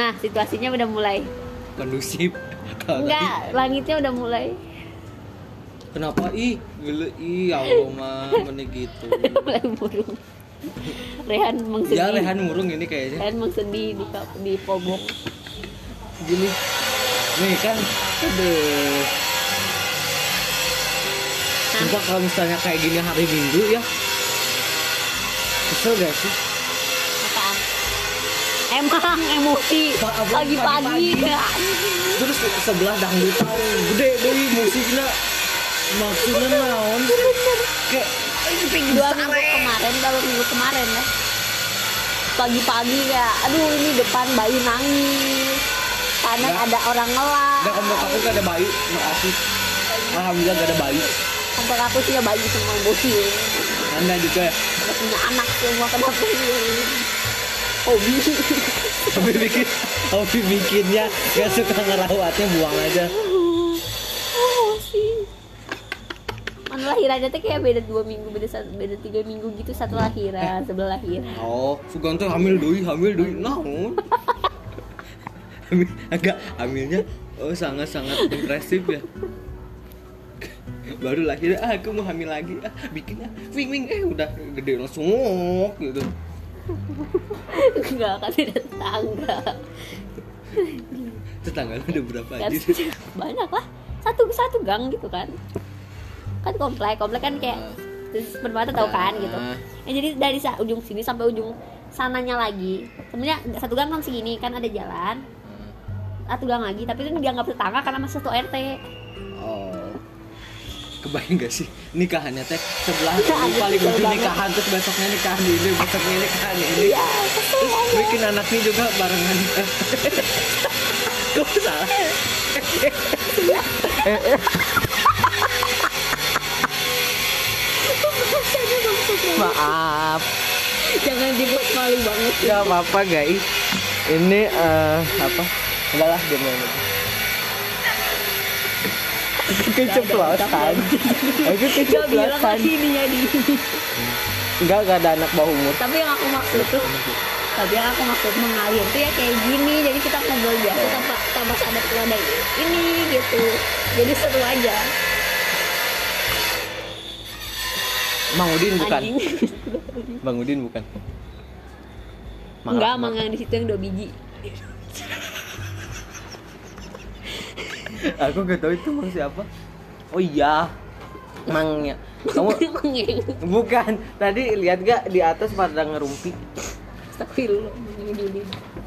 Nah, situasinya udah mulai kondusif. enggak, langitnya udah mulai Kenapa gila ya Allah mah meneh gitu. mulai murung. Rehan emang sedih. Ya Rehan murung ini kayaknya. Rehan emang sedih di pogok. Gini. Nih kan aduh. Sumpah kalau misalnya kayak gini hari Minggu ya. Kesel gak sih? Apaan? Emang emosi pagi-pagi ya. Terus sebelah dangdutan gede deui musiknya. Maksudnya naon? Kayak baru minggu kemarin ya. Pagi-pagi ya. Aduh, ini depan bayi nangis. Kanan ada orang ngelak. Enggak, komplek aku gak ada bayi. Makasih. Alhamdulillah gak ada bayi. Komplek aku sih ya bayi semua bocil. Anda juga ya? Ada punya anak semua kenapa ini? Hobi bikinnya gak suka ngerawatnya, buang aja. Sih. Mana lahirannya tuh kayak beda 2 minggu, beda 3 minggu gitu, satu lahiran, sebelah lahiran. Oh, sugan tuh hamil doi, naon? Agak hamilnya sangat impresif ya. Baru lahir, aku mau hamil lagi, bikin wing udah gede langsung gitu. Enggak, kan ada Tetangganya ada berapa aja? Banyak lah, satu gang gitu kan komplek kan kayak permata tahu kan gitu ya. Jadi dari ujung sini sampai ujung sananya lagi sebenarnya satu gang kan segini kan, ada jalan satu gang lagi, tapi itu dianggap tetangga karena masih satu RT. Oh, kebayang gak sih nikahannya teh sebelah paling ujung nikahan, terus besoknya nikahan ini, besoknya nikahan ini ya, terus bikin anaknya juga barengan. Kok salah? Maaf, jangan dibuat malu banget. Gak apa-apa guys, ini apa? Udahlah diam aja. Keceplosan. Aku keceplosan. Enggak ada anak bawah umur. Tapi yang aku maksud mengalir tuh ya kayak gini. Jadi kita ngobrol biasa tanpa sadar kalau ada ini gitu. Jadi seru aja. Mang Udin bukan? Bang Udin bukan? Enggak, mang yang di situ yang 2 biji. Aku gak tahu itu mang siapa. Oh iya, mangnya. Kamu bukan? Tadi lihat gak di atas pada ngerumpi? Astagfirullah, ini.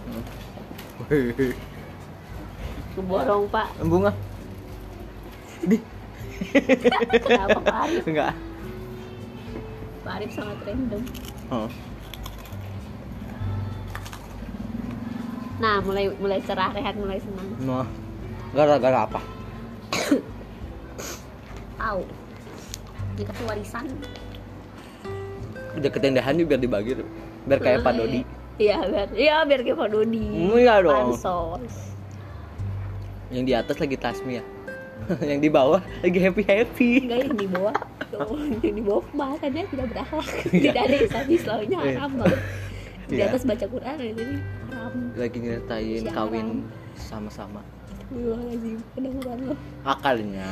Keborong Pak. Bunga. Di. Kenapa Pak Arif? Enggak. Pak Arif sangat random. Nah, mulai cerah, Rehan mulai senang. Nah, gara-gara apa? Tahu. Dikasih warisan. Udah ketendahan biar dibagi, biar kayak Pak Dodi. Iya, biar kayak Pak Dodi. Iya dong. Pansos. Yang di atas lagi tasmi ya. Yang di bawah lagi happy. Enggak, yang di bawah. Yang di bawah bahasanya tidak berakhlak. Tidak ada Islamnya haram banget. Di atas baca Quran jadi haram. Lagi ngeritain kawin sama-sama. Astagfirullahaladzim, kedengeran lo. Akalnya.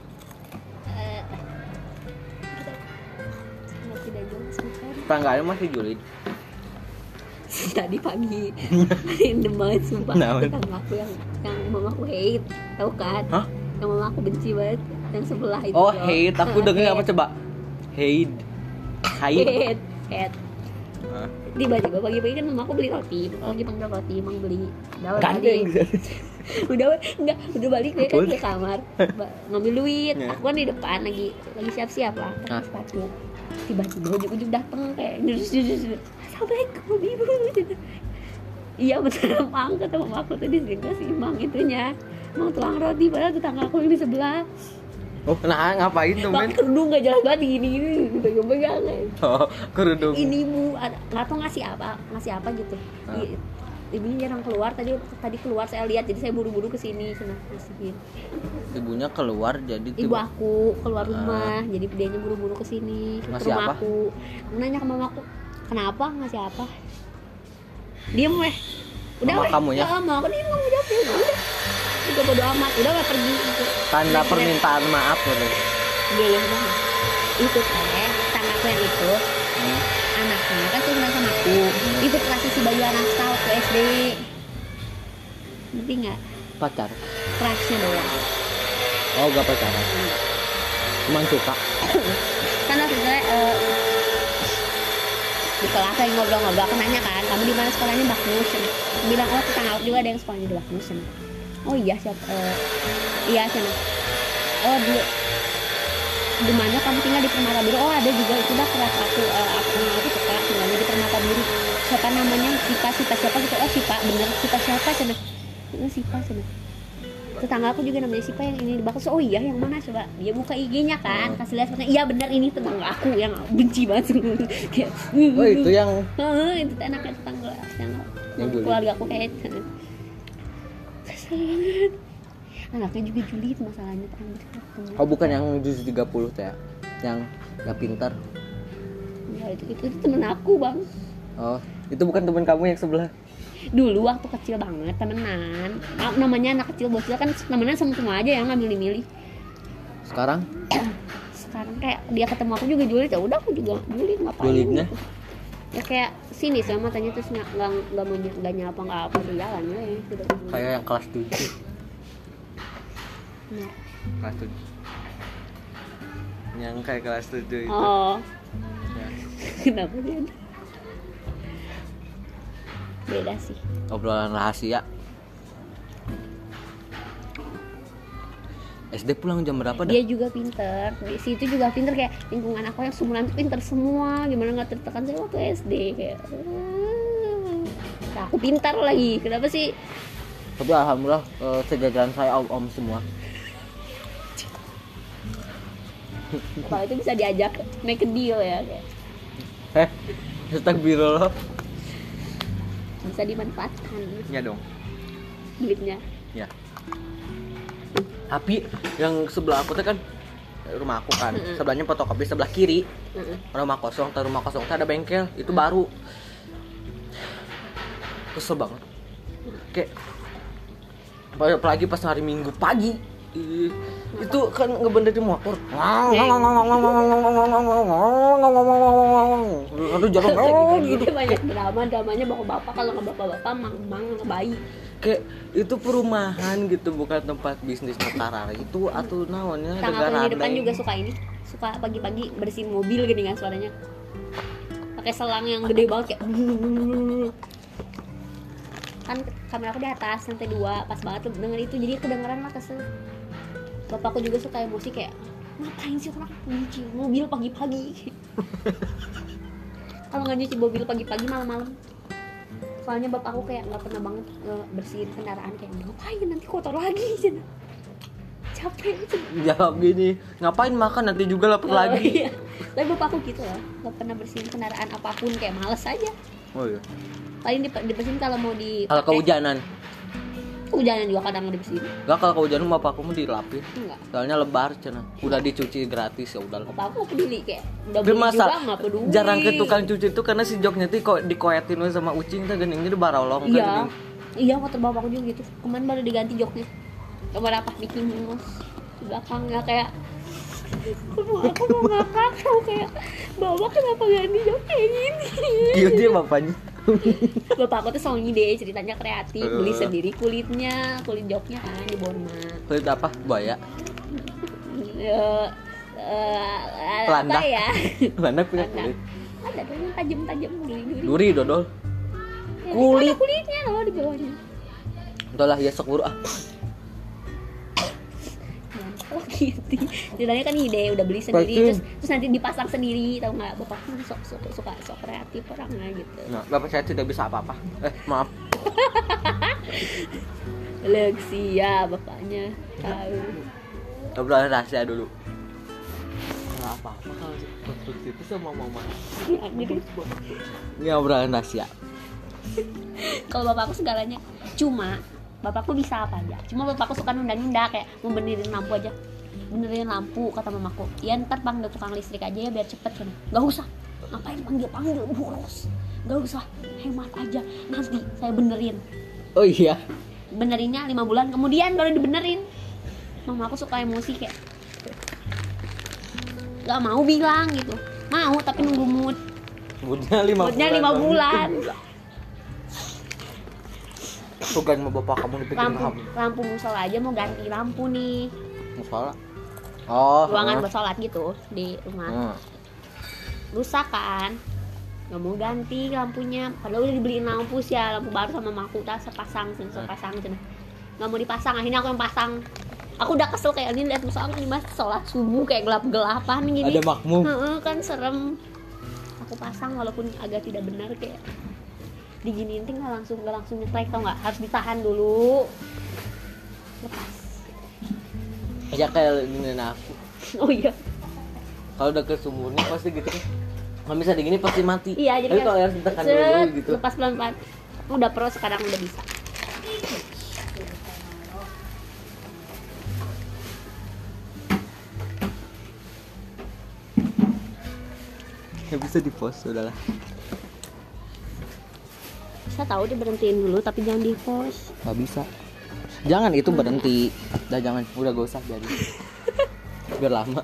Kita tidak jelas bukan. Tangganya masih julid. Tadi pagi random banget sumpah. Tetangga aku yang mamaku hate, tahu kan? Hah? Yang mamaku benci banget, yang sebelah itu. Oh, hate. Aku dengar apa coba? Hate. Tiba-tiba pagi-pagi kan mamaku beli roti. Lagi panggil roti, emang beli. Udah balik deh kan ke kamar. Ngambil duit. Aku kan di depan lagi siap-siap lah, pakai sepatu. Tiba-tiba ujung-ujung dateng kayak Assalamualaikum ibu. Iya betul, Mang, kata mama aku tadi sering kasih Mang itunya, Mang tuang roti, padahal tetangga aku yang di sebelah. Oh, nah ngapain tuh men? Pakai kerudung gak jelas banget gini pegang-pegang. Oh, kerudung. Ini bu, nggak tahu ngasih apa gitu. Ibunya jarang keluar, tadi keluar saya lihat, jadi saya buru-buru kesini ngasihin. Ibunya keluar jadi ibu aku keluar rumah, jadi dianya buru-buru kesini ke rumah apa? Aku nanya ke mamaku, kenapa ngasih apa? Diem udah sama kamu ya? Mau aku nih mau jawab ya udah. Juga bodo amat, udah gak pergi gitu. Tanda permintaan maaf gitu. Iya banget. Itu teh, tanganku yang itu anaknya kan seumuran sama aku. Itu kasih si Bayu Anasta waktu SD. Ngerti nggak? Pacar? Crushnya doang. Oh gak pacaran? Cuman suka? Kan waktu itu di kelas lagi ngobrol-ngobrol, aku nanya kan, kamu di mana sekolahnya? Bakmus. Aku bilang, oh tetangga aku juga ada yang sekolahnya di Bakmus. Oh iya siapa? Iya sana. Oh di mana kamu tinggal? Di Permata Biru. Oh ada juga, itu dah kelas aku suka tinggalnya di Permata Biru. Siapa namanya? Sipa siapa gitu. Oh Sipa, bener Sipa siapa sana? Sipa sana. Tetangga aku juga namanya Sipa yang ini di Bakmus. Oh iya yang mana coba? Dia buka IG-nya kan, kasih lihat fotonya. Iya bener ini tetangga aku yang benci banget. Oh itu yang itu anaknya tetangga yang keluarga aku kayak kesel banget. Anaknya juga julid masalahnya terakhir ketemu. Oh bukan yang jus 30 teh, yang gak pintar. Ya, itu temen aku bang. Oh itu bukan temen kamu yang sebelah? Dulu waktu kecil banget temenan, namanya anak kecil bocil kan temenan semua aja yang ngambil milih. Sekarang kayak dia ketemu aku juga julid, ya udah aku juga julid, ngapain julidnya gitu. Ya kayak sini sama matanya terus nggak mau nyapa nggak apa di jalan ya gitu. Kayak yang kelas 7. Nah. Kelas 7 yang kayak kelas 7 itu. Oh Ya. kenapa dia beda sih. Obrolan rahasia. SD pulang jam berapa dah? Dia juga pinter, di situ juga pinter, kayak lingkungan aku yang semuanya pinter semua, gimana nggak tertekan saya waktu SD kayak nah, aku pintar lagi, kenapa sih? Tapi alhamdulillah sejajaran saya om semua. Kalau itu bisa diajak make a deal ya kayak. Astagfirullah. Bisa dimanfaatkan Ya dong. duitnya. Ya. Tapi yang sebelah aku tuh kan rumah aku kan, sebelahnya fotokopi, sebelah kiri rumah kosong tuh ada bengkel, itu baru. Kesel banget. Kayak apalagi pas hari Minggu pagi. Itu kan ngebenerin motor. Aduh jalan gitu. Banyak dramanya bapak-bapak, kalau nggak bapak-bapak mang bayi. Kayak itu perumahan gitu, bukan tempat bisnis perkara itu atau namanya negara. Di depan juga suka pagi-pagi bersihin mobil gini kan suaranya. Pakai selang yang gede banget kayak kan kamera aku di atas lantai 2, pas banget tuh denger itu, jadi kedengeran lah kesel. Bapakku juga suka emosi kayak ngapain sih orang nyuci mobil pagi-pagi. Kalau nggak nyuci mobil pagi-pagi malam-malam, soalnya bapakku kayak nggak pernah banget bersihin kendaraan, kayak ngapain nanti kotor lagi cina. Capek jawab gini, ngapain makan nanti juga lapar lagi. Iya. Tapi bapakku gitu loh, nggak pernah bersihin kendaraan apapun, kayak males aja. Oh iya. Paling dibersihin kalau mau di kalau kehujanan juga kadang dibersihin. Enggak, kalau kehujanan bapakku mau dilapis. Enggak. Soalnya lebar cenah. Udah dicuci gratis ya udah. Bapakku peduli kayak udah beli juga enggak peduli. Jarang ke tukang cuci itu karena si joknya tuh kok dikoetin sama ucing tuh geningnya di barolong iya. kan. Iya, motor bapakku juga gitu. Kemarin baru diganti joknya. Gambar apa? Mickey Mouse. Di belakangnya kayak aku mau ngakak kayak bapak kenapa ganti jok kayak gini. Iya dia bapaknya. Bapak aku tuh selalu ngide, ceritanya kreatif, beli sendiri kulit joknya kan di Borma. Kulit apa? Buaya? Apa ya? Pelanda punya kulit? Ada tuh yang tajam-tajam duri dodol? Ya, kulit? Ada kulitnya loh di bawahnya. Udah lah ya sok buru ah. Oh gitu. Ceritanya kan ide udah beli sendiri, terus nanti dipasang sendiri, tahu nggak? Bapakku suka kreatif orangnya gitu. Nah, bapak saya tidak bisa apa-apa. Maaf. Leksia bapaknya tahu. Obrolan rahasia dulu. Nggak apa-apa kalau konstruksi itu sama mama. Ya, gitu. Ini obrolan rahasia. Kalau bapakku segalanya, cuma bapakku bisa apa aja. Cuma bapakku suka nunda-nunda, kayak mau benerin lampu aja. Benerin lampu, kata mamaku. Ya ntar panggil tukang listrik aja ya biar cepet kan. Gak usah. Ngapain panggil boros. Gak usah. Hemat aja. Nanti saya benerin. Oh iya. Benerinnya 5 bulan kemudian baru dibenerin. Mama aku suka emosi kayak nggak mau bilang gitu, mau tapi nunggu Moodnya 5 bulan. Tugas sama bapak kamu dipikirin kamu. Lampu musola aja mau ganti lampu nih. Musola. Oh. Ruangan buat sholat gitu di rumah. Rusak kan, nggak mau ganti lampunya. Padahal udah dibeliin lampu sih ya, lampu baru sama mamaku udah sepasang cina. Nggak mau dipasang, akhirnya aku yang pasang. Aku udah kesel kayak ini lihat musola nih mas sholat subuh kayak gelap-gelapan gini. Ada makmum. Kan serem. Aku pasang walaupun agak tidak benar kayak diginiin nggak langsung nyetrek tau nggak, harus ditahan dulu lepas ya kayak gini aku. Oh iya, kalau udah ke sumurnya pasti gitu kan, nggak bisa digini pasti mati. iya jadi tapi kalau harus ditekan dulu gitu lepas pelan-pelan. Udah pro sekarang udah bisa. nggak bisa di post udahlah. Saya tahu dia berhentiin dulu tapi jangan di post. Nggak bisa, jangan itu berhenti. Udah jangan, udah gak usah jadi biar lama.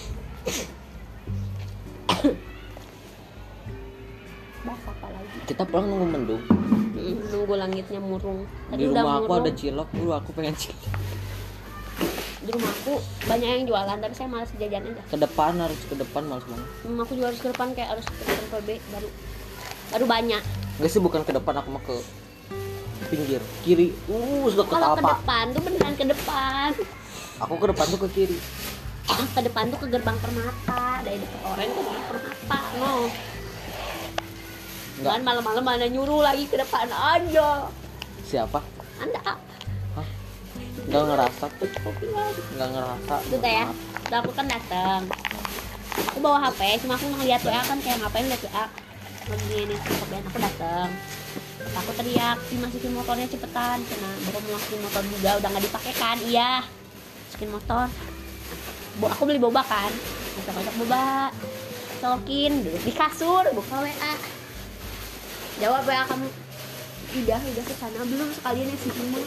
Bahas apa lagi? Kita pulang nunggu mendung. Nunggu langitnya murung. Tadi Di udah rumah aku murung. ada cilok dulu, aku pengen cilok. Di rumah aku banyak yang jualan tapi saya malas jajan aja. Ke depan, harus ke depan, males banget. Aku juga harus ke depan kayak harus ke depan PB baru banyak. Nggak sih, bukan ke depan, aku mah ke pinggir kiri. Sudah ke Kalau ke apa? depan tuh beneran ke depan. Aku ke depan tuh ke kiri. Ke depan tuh ke gerbang Permata, dari dekat Oren ke gerbang Permata. No. Enggak. Kan malam-malam mana nyuruh lagi ke depan aja. Siapa? Anda Nggak ngerasa tuh. kopi lagi. Nggak ngerasa. Itu teh ya. Udah aku kan datang. Aku bawa HP, cuma aku ngeliat WA kan kayak ngapain liat WA. Lagi ini aku datang. Aku teriak, masukin motornya cepetan. Karena baru mau masukin motor juga, udah nggak dipakai kan? Iya. Masukin motor. Aku beli boba kan. Masak boba. Colokin, duduk di kasur, buka WA. Jawab WA kamu. Udah ke sana belum sekalian ya si Uma.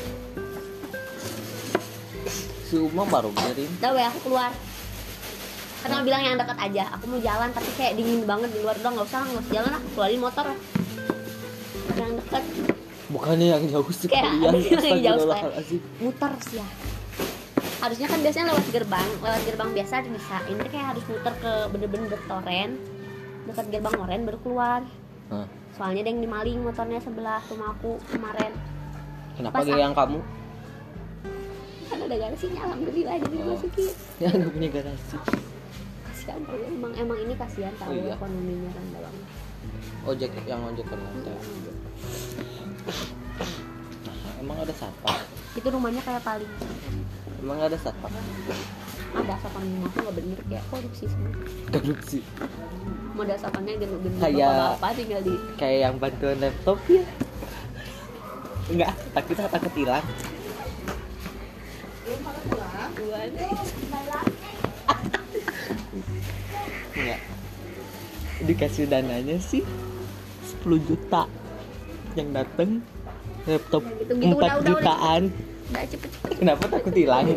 Si Uma baru kirim. Udah WA aku keluar. Karena bilang yang dekat aja. Aku mau jalan tapi kayak dingin banget di luar. Udah nggak usah jalan lah. Keluarin motor. Yang dekat. Bukannya yang jauh sih Kayak kalian. ada yang jauh Astagfirullahaladzim. muter sih ya. Harusnya kan biasanya lewat gerbang biasa bisa. Ini kayak harus muter ke bener-bener Toren. Dekat gerbang Oren baru keluar. Soalnya ada yang dimaling motornya sebelah rumah aku kemarin. Kenapa dia yang kamu? Kan ada garasinya alhamdulillah jadi masukin. Ya nggak punya garasi. Kasihan tuh emang ini kasihan tahu iya. ekonominya rendah banget. Ojek yang ojek online. Emang ada satpam? Itu rumahnya kayak paling Emang ada satpam? ada satpam rumah aku nggak bener kayak korupsi semua. Korupsi. Mau ada satpamnya gendut-gendut Kayak- apa tinggal di Kayak yang bantuan laptop ya? Enggak, takut hilang. Enggak. Dikasih dananya sih 10 juta. Yang dateng laptop Gitu-gitu, 4 udah. jutaan. udah cepet. Kenapa takut hilang?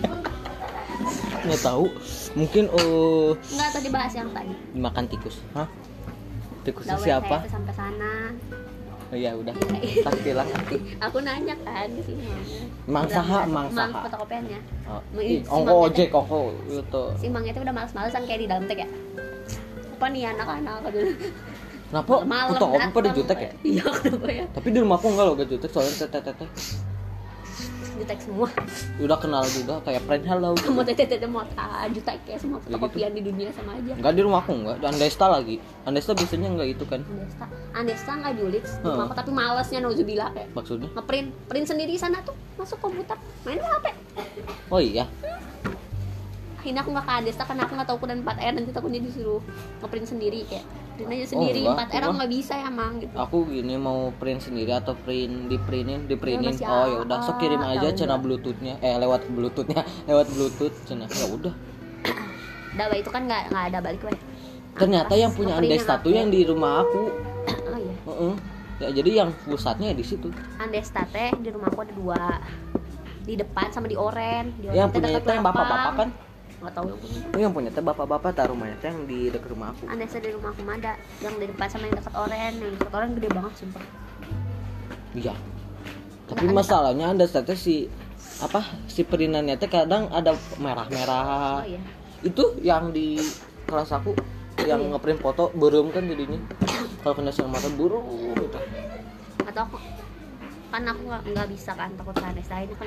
Nggak tahu. Mungkin Enggak tadi bahas yang tadi. dimakan tikus. Hah? Tikusnya Udah siapa? saya sampai sana. Oh iya udah. Iya. Takut hilang. Aku nanya kan ke sini. Mang saha, mang Mang saha. fotokopiannya. Oh, Si ongko Mang ojek koko itu. Si Mang itu udah males-malesan kayak di dalam teh ya. Apa nih anak-anak gitu. Kenapa? Malam Fotokopi pada datang. jutek ya? Iya kenapa ya? Tapi di rumahku enggak loh gak jutek soalnya teteh. Jutek semua. Udah kenal juga kayak friend hello. Gitu. Kamu tete mau jutek kayak semua fotokopian di dunia sama aja. Enggak di rumahku enggak. Di Andesta lagi. Andesta biasanya enggak itu kan. Andesta nggak julid di rumah aku, tapi malesnya nauzubillah kayak Maksudnya? print sendiri sana tuh masuk komputer main HP. Oh iya. Akhirnya aku nggak ke Andesta karena aku nggak tahu ukuran 4R, nanti takutnya disuruh ngeprint sendiri kayak print aja sendiri. enggak, 4R aku enggak. nggak bisa ya Mang gitu. Aku gini mau print sendiri atau diprintin. masih Oh ya udah, sok kirim aja tahu cina nggak? bluetoothnya. Lewat bluetooth cina. Ya udah. Dawa itu kan nggak ada balik weh. Ternyata yang punya Ngeprintnya Andesta tuh HP. yang di rumah aku. Oh iya. Heeh. Ya jadi yang pusatnya di situ. Andesta teh di rumahku ada 2. Di depan sama di Oren. Di Yang Oren teh punya deket teh yang Lapang. bapak-bapak kan? Nggak tahu yang punya. Oh, yang punya teh bapak-bapak taruh rumahnya teh yang di dekat rumah aku. Andesta di rumahku mah ada. Yang di depan sama yang dekat Oren. Yang dekat Oren gede banget sumpah. Iya. Tapi masalahnya Andesta teh si perinannya teh kadang ada merah-merah. Oh iya. Itu yang di kelas aku yang ngeprint foto berem kan jadinya. Kalau kena sinar mata burung gitu. Atau aku kan aku nggak bisa kan takut ke Andesta ini kan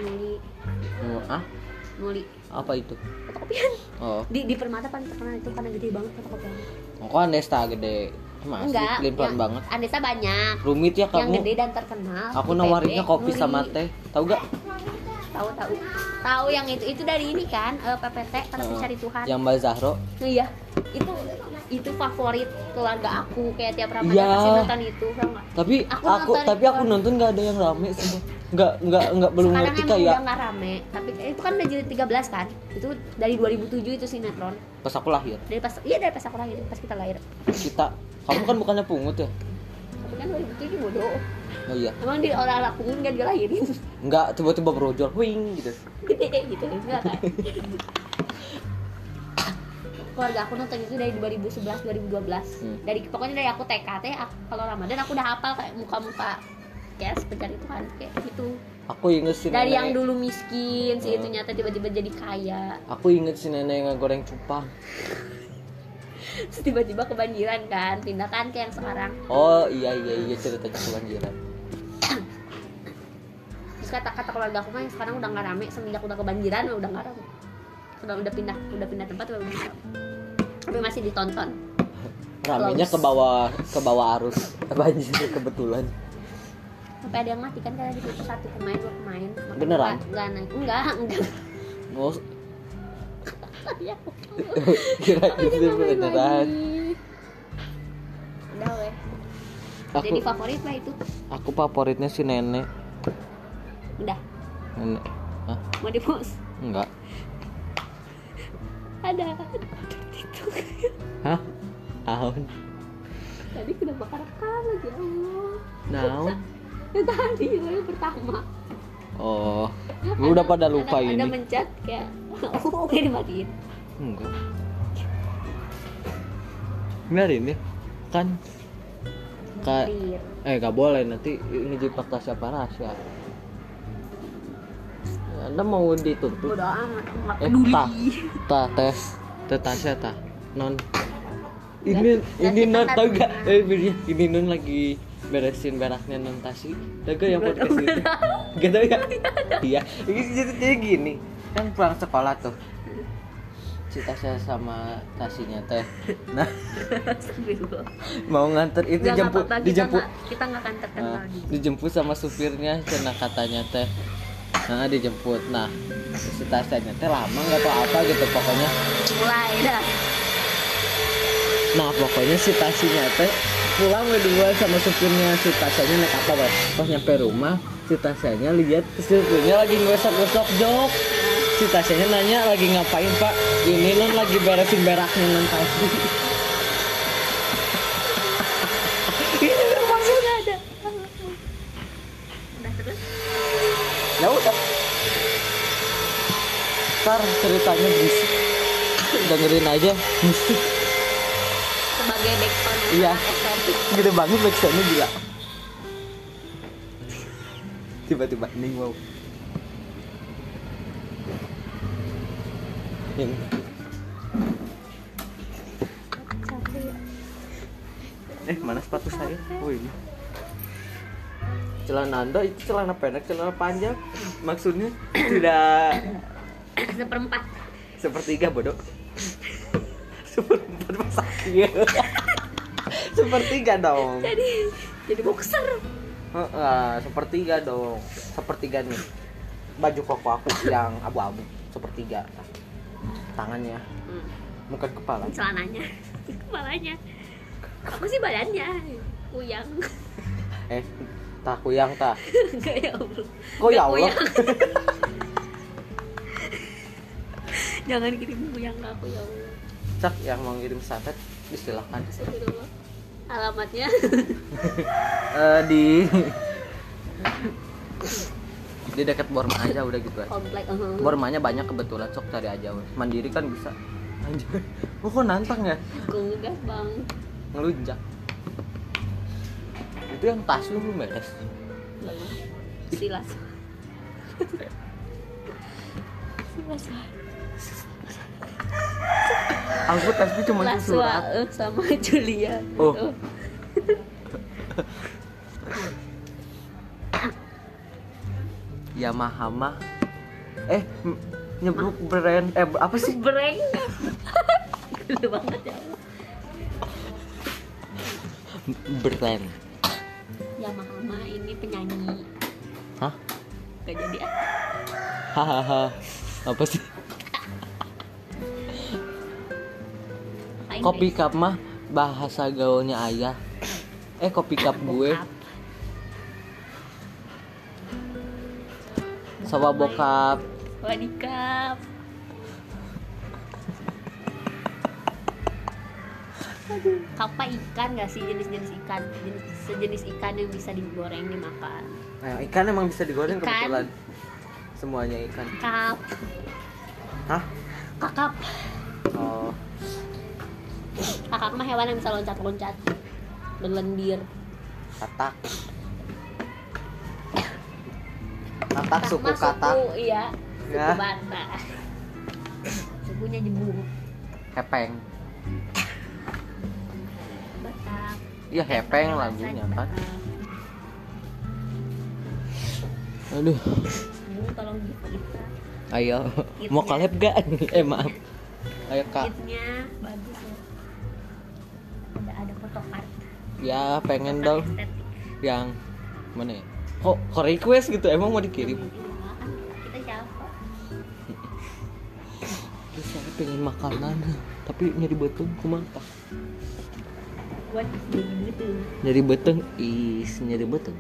nuli Apa itu? fotokopian. Oh. Di Permata paling terkenal itu karena gede banget fotokopian. Oh, kok Andesta gede? Masih Enggak, pelan banget. Andesta banyak. Rumit ya Yang kamu. gede dan terkenal. Aku IPB, nawarinnya kopi Nuli. sama teh. Tahu gak? Tahu yang itu dari ini kan PPT karena pencari Tuhan. Yang Mbak Zahro. Iya. Itu favorit keluarga aku kayak tiap Ramadan Iya. pasti nonton itu, tau nggak? Tapi aku nonton nggak ada yang rame sih. Nggak belum Sekarang ngerti emang kayak udah nggak rame, tapi itu kan udah jadi 13 kan? Itu dari 2007 itu sinetron. pas aku lahir. Dari pas aku lahir, pas kita lahir. Kamu kan bukannya pungut ya? Tapi kan 2007 bodoh. Oh iya. Emang di orang-orang pungut nggak dilahirin. Nggak tiba-tiba brojol, wing gitu. Gede gitu, enggak kan? Keluarga aku nonton itu dari 2011 2012. Pokoknya dari aku TK kalau Ramadan aku udah hafal kayak muka-muka kayak pencari Tuhan kayak gitu. Aku inget si Dari nenek. yang dulu miskin si itu nyata tiba-tiba jadi kaya. Aku inget si nenek yang goreng cupang. Terus tiba-tiba kebanjiran kan, pindah kan ke yang sekarang. Oh iya ceritanya kebanjiran. Terus kata keluarga aku mah yang sekarang udah nggak rame semenjak udah kebanjiran udah nggak rame. Udah pindah tempat udah nggak rame. Tapi masih ditonton. Ramenya ke bawah arus banjir kebetulan. Sampai ada yang mati kan karena di situ 1 pemain 2 pemain. Beneran? Nggak naik. Enggak. Oh, Ya, kira itu beneran. udah weh. Aku, Jadi favorit lah itu. aku favoritnya si nenek. Udah. Nenek. Hah? Mau di-post? Enggak. Ada itu. Hah? Tahun. Tadi kenapa rekam lagi ya Allah. Naon? Yang tadi yang pertama. Oh, lu udah pada lupa ada, ini. Ada mencet kayak oke dimatiin. Enggak. Biarin ya. Kan gak boleh nanti ngejebak Tasya Parasya. Anda mau dituntut? Bodo amat, enggak peduli. Teh Tasya tah. Non. Ini non tau gak? Ini non lagi beresin beraknya non Tasi. Tau gak yang podcast itu? Gak tau ya? Iya. Jadi gini. Kan pulang sekolah tuh. Si Tasya sama Tasinya teh. Nah, mau nganter itu dijemput. Kita nggak akan terkenal gitu. Dijemput sama supirnya, cina katanya teh. Nah, dijemput. Nah, si Tasyanya teh lama nggak tahu apa gitu pokoknya. Mulai dah. Nah, pokoknya si Tasinya teh pulang berdua sama supirnya. Si Tasyanya naik apa, Bang? Pas nyampe rumah, si Tasyanya lihat supirnya lagi ngosok-ngosok jok. Si Tasyanya nanya lagi ngapain, Pak? Ini non lagi beresin beraknya non Tasy. Ini maksudnya ada. Udah terus. Ya udah. Ntar ceritanya berisik. Dengerin aja musik. Sebagai backsound. Iya. Gede banget backsoundnya gila. Tiba-tiba ning wow. Yang mana sepatu saya? Oh ini. Celana Anda itu celana pendek, celana panjang. Maksudnya tidak Seperempat. sepertiga bodoh. Seperempat masa iya. Sepertiga dong. Jadi boxer. Sepertiga dong. Sepertiga nih. Baju koko aku yang abu-abu. Sepertiga. Tangannya. Bukan kepala. Celananya. Kepalanya. Aku sih badannya. Kuyang. Tak kuyang tak. Enggak ya Allah. Kok ya Allah? Kuyang. Jangan kirim kuyang ke aku ya Allah. Cak yang mau ngirim santet silakan. Astagfirullah. Alamatnya di dekat Borma aja udah gitu aja. komplek. Bormanya banyak kebetulan, sok cari aja. Mandiri kan bisa. Anjir. Kok nantang ya? Gue ngegas bang. Ngelunjak. Itu yang tas lu belum beres. Silas. Silas. Aku tasnya cuma surat. Sama Julia. Oh. Yamaha mah nyebut brand apa sih? Breng. Gede banget ya. Brand. Yamaha mah ini penyanyi. Hah? Gak jadi ah. Hahaha. Apa sih? Kopi cup mah bahasa gaulnya ayah. Kopi cup gue. Sawa bokap. Wadikap. Kapa ikan gak sih, jenis-jenis ikan, sejenis ikan yang bisa digoreng dimakan. Nah, ikan emang bisa digoreng Ikan. kebetulan. Semuanya ikan. Kakap. Hah? Kakap. Oh. Kakap mah hewan yang bisa loncat-loncat, berlendir. Katak. Katak suku mah katak. Suku, iya. Suku Ya. Batak. Sukunya jembung. Hepeng. Batak. Iya hepeng lagunya kan. Aduh. Jembung tolong gitu. Ayo. Kitnya. Mau collab gak? Maaf. Ayo kak. Kitnya bagus loh. Ada photocard. Ya pengen dong. Estetik. Yang mana ya? Kok request gitu? Emang mau dikirim? Kita siapa? Terus saya pengen makanan, tapi nyari beteng kumaha? Buat gitu. Nyari beteng, nyari beteng.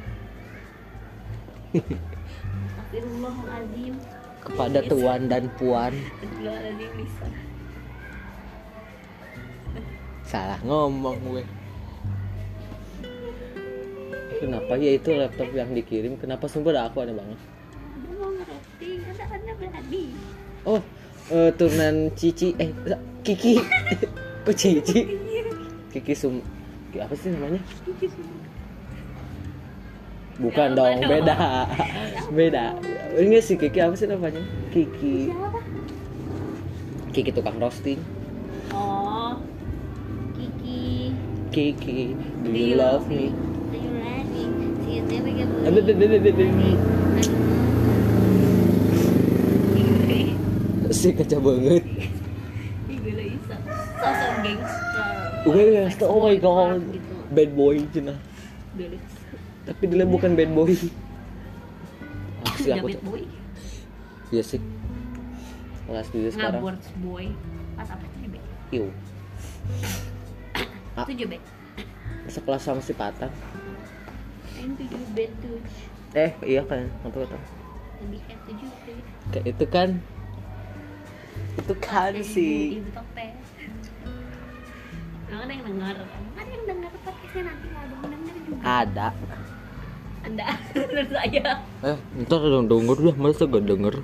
Astagfirullahaladzim. Kepada tuan dan puan. Astagfirullahaladzim Lisa. Salah ngomong gue. Kenapa ya itu laptop yang dikirim? Kenapa sumber aku aneh banget? Dia mau ngerosting, ada berani. Oh, turunan Cici, Kiki. Kok Cici? Kiki apa sih namanya? Bukan Ya, dong, apa beda. Beda. Ini sih Kiki apa sih namanya? Kiki. Siapa? Kiki tukang roasting. Oh, Kiki. Kiki, do you love me? Do you love me? See you never get Si kaca banget. Gue Lisa. Sosok gangster. Oh my god. Gitu. Bad boy cina. Gelis. Tapi dia bukan bad boy. Sih aku Bad boy. Iya sih. Kelas dulu sekarang. Ngaborts boy. Pas apa sih, Be? Iu. 7, Be. Sekelas sama si Patang. Yang 7 Be tuh. Iya kan. Betul. Lebih kayak 7, Be. Kayak itu kan. Itu kan sih. Ibu topeng. Nah, ada yang denger. Ada yang denger podcastnya nanti nggak ada yang denger juga. Ada. Anda menurut saya. Ntar dong denger dah, masa gak denger.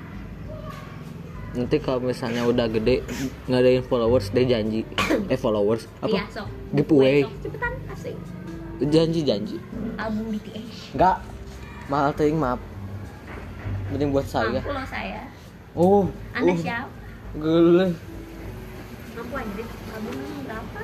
Nanti kalau misalnya udah gede ngadain followers deh janji. Followers apa? Iya, sok. Giveaway. Sok. Cepetan asik. Janji. Album BTS. Enggak. Mahal ting, maaf. Mending buat saya. Mampu loh saya. Oh. Anda siapa? Gila. Mampu aja deh. Album berapa?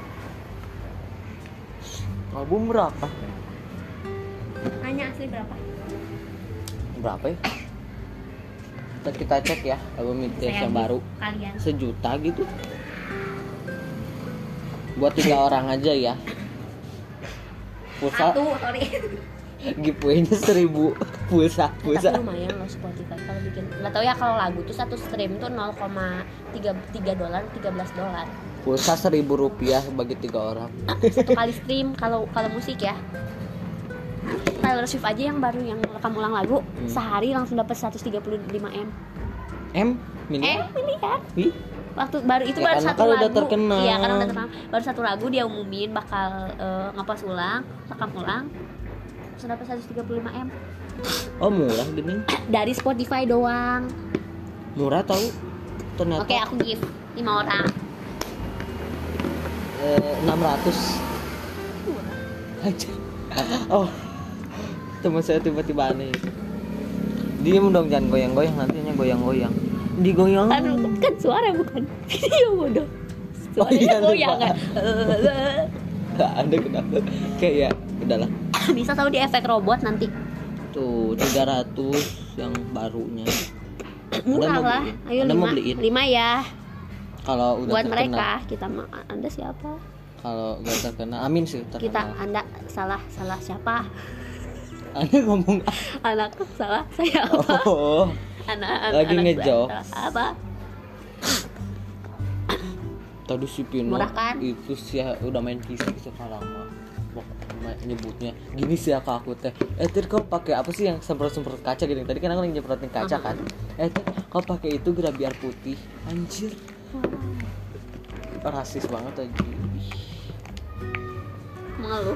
Album berapa? Nanya asli berapa? Berapa ya? Ntar kita cek ya album BTS yang baru. Kalian. 1 juta gitu. Buat 3 orang aja ya. Pulsa. Sorry. Giveaway-nya 1.000 pulsa. Tapi lumayan loh Spotify kalau bikin. Nggak tahu ya kalau lagu tuh satu stream tuh $0.3 $13. Pulsa Rp1.000 bagi 3 orang. Satu kali stream kalau musik ya. Taylor Swift aja yang baru yang rekam ulang lagu sehari langsung dapat 135 M. M miliar. Miliar. Wih. waktu baru itu Ya, baru karena satu kan lagu. udah terkenal. Iya, karena udah terkenal. Baru satu lagu dia umumin bakal ngepost ulang, rekam ulang. Terus dapat 135 M Oh murah gini. dari Spotify doang. Murah tahu. Ternyata. Oke, aku give 5 orang. 600 aja. Oh, teman saya tiba-tiba aneh. Diem dong, jangan goyang-goyang, nantinya goyang-goyang. Digoyang. Kan suara bukan video bodoh. Suaranya iya, goyang lupa. kan. Ada kenapa? Kayak ya, udahlah. Bisa tahu di efek robot nanti. Tuh 300 yang barunya. Murah mau lah. beliin? Ayo Anda mau 5. beliin? 5 ya. Kalau udah Buat terkenal. mereka, kita Anda siapa? Kalau gak terkenal, amin sih Kita terkenal. Anda salah siapa? Anda ngomong Anak salah saya apa? oh, lagi anak ngejok. saya apa? Tadi si Pino Murah kan? itu sih udah main fisik sekarang mah. Nyebutnya gini sih aku teh. Tadi kau pakai apa sih yang semprot kaca gitu? Tadi kan aku lagi nyemprotin kaca kan. Teh kau pakai itu gerak biar putih. Anjir. Rasis banget aja. Malu.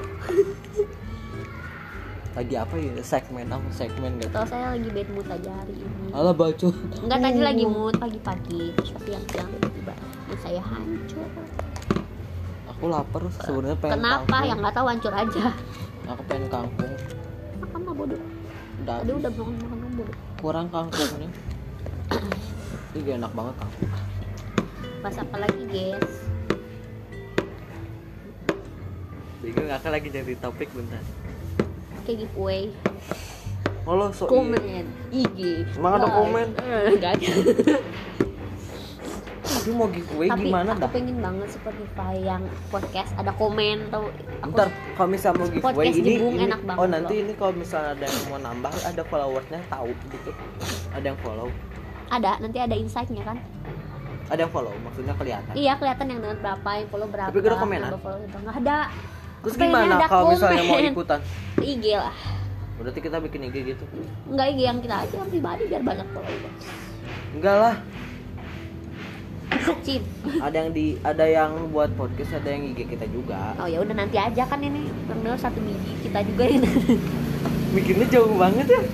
Lagi apa ya? Segmen gitu. Tahu saya lagi bad mood aja hari ini. Alah bacot. Enggak, tadi lagi mood pagi-pagi, terus siang-siang tiba-tiba mood saya hancur. Aku lapar sebenarnya pengen Kenapa? kangkung. Yang nggak tahu hancur aja. Aku pengen kangkung. Makan lah bodoh. Udah Tadi udah makan bodoh. kurang kangkungnya. Ini enak banget kangkung. Pas apa lagi, guys? Bingung, aku lagi jadi topik bentar. Kayak giveaway. Oh lo so Komen IG. Emang ada Like. komen? Enggak ada. Tapi mau giveaway Tapi gimana aku dah? pengen banget Spotify yang podcast ada komen atau Ntar kalau misalnya mau giveaway podcast ini, Jebung enak banget oh nanti loh. ini kalau misalnya ada yang mau nambah ada followersnya tahu gitu. Ada yang follow, ada nanti ada insight-nya kan? ada yang follow maksudnya kelihatan. Iya, kelihatan yang dengan berapa, yang follow berapa. Tapi ada komenan? yang follow berapa. Nggak ada. Terus Pengennya gimana ada kalau misalnya mau komen. ikutan? IG lah. Berarti kita bikin IG gitu? Enggak, IG yang kita aja yang pribadi biar banyak follow. Enggak lah. Cip. Ada yang buat podcast, ada yang IG kita juga. Oh ya udah, nanti aja kan ini benar satu biji kita juga ini. Mikirnya jauh banget ya.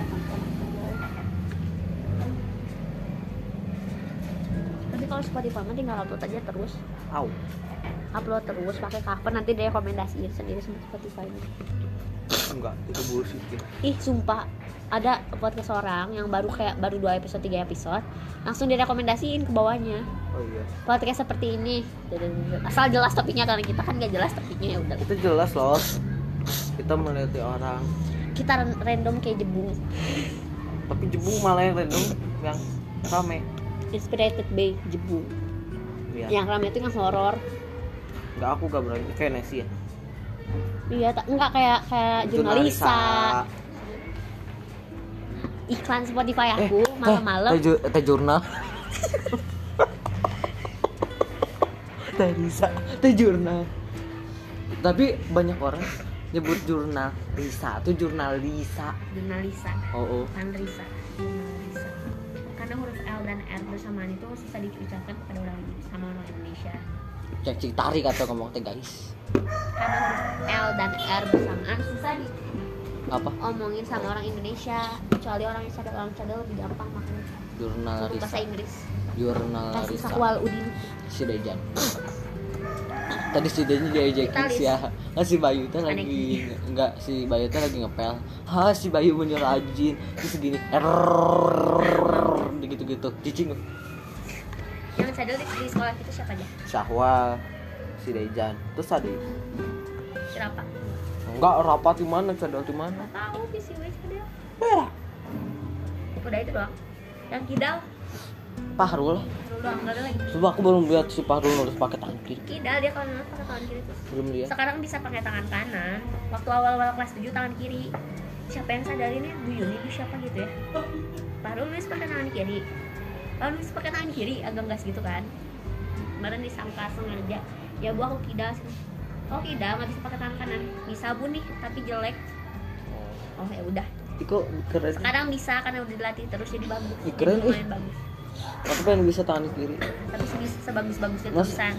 Tapi kalau Spotify mah tinggal upload aja terus. Au. Upload terus pakai cover, nanti dia rekomendasiin sendiri sama Spotify. Enggak, itu bullshit ya. Ih, sumpah ada podcast orang yang baru 2 episode 3 episode langsung direkomendasiin ke bawahnya. Oh iya. Podcast seperti ini. Asal jelas topiknya, karena kita kan gak jelas topiknya, ya udah. Itu jelas loh. Kita melewati orang. Kita random kayak jebung. Tapi jebung malah yang random yang rame. Inspired by jebung. Iya. Yang rame itu yang horor. Enggak, aku gak berani Venesi ya. Iya, enggak kayak jurnalisa. Iklan Spotify aku malam-malam. Teh jurnal. Teh Risa, teh jurnal. Tapi banyak orang nyebut jurnal Risa tuh jurnalisa. Jurnalisa. Oh. Bukan Risa. Jurnalisa. Karena huruf L dan R bersamaan itu susah diucapkan kepada orang Indonesia. Cek tarik atau ngomong teh guys. Karena huruf L dan R bersamaan susah Apa? diomongin sama orang Indonesia, kecuali orang cadel lebih gampang makanya. Jurnal Untuk bahasa Risa. Inggris. Jurnal Kasih Risa. Sakwal Udin. Si Dejan. Tadi si Dejan diajakin Vitalis. sih ya. Nggak, si Bayu tuh lagi Aneh. enggak, si Bayu tuh lagi ngepel. Si Bayu bener rajin. Terus segini. Gitu-gitu. Cicing. Yang cadel di sekolah kita siapa aja? Syahwal, si Dejan. Terus tadi Siapa? enggak rapat di mana, cadel di mana? Nggak tahu PCW cadel. Merah. Udah itu doang. Yang kidal Pahrul. dulu doang, nggak ada lagi. Coba aku belum lihat si Pahrul nulis pakai tangan kiri. Kidal dia kalau nulis pakai tangan kiri terus. Belum lihat. Sekarang bisa pakai tangan kanan. Waktu awal-awal kelas 7 tangan kiri. Siapa yang sadarin ya? Bu Yuni itu siapa gitu ya? Baru nulis pakai tangan kiri. Lalu nulis pakai tangan kiri agak gas gitu kan. Kemarin disangka sengaja. Ya bu, aku kidal sih. Oh kidal nggak bisa pakai tangan kanan. Bisa bu nih tapi jelek. Oh ya udah. Iko keren. Sekarang bisa karena udah dilatih terus jadi bagus. Ih, keren, Jadi lumayan bagus. Aku pengen bisa tangan kiri. Tapi sebagus-bagusnya Mas. tulisan.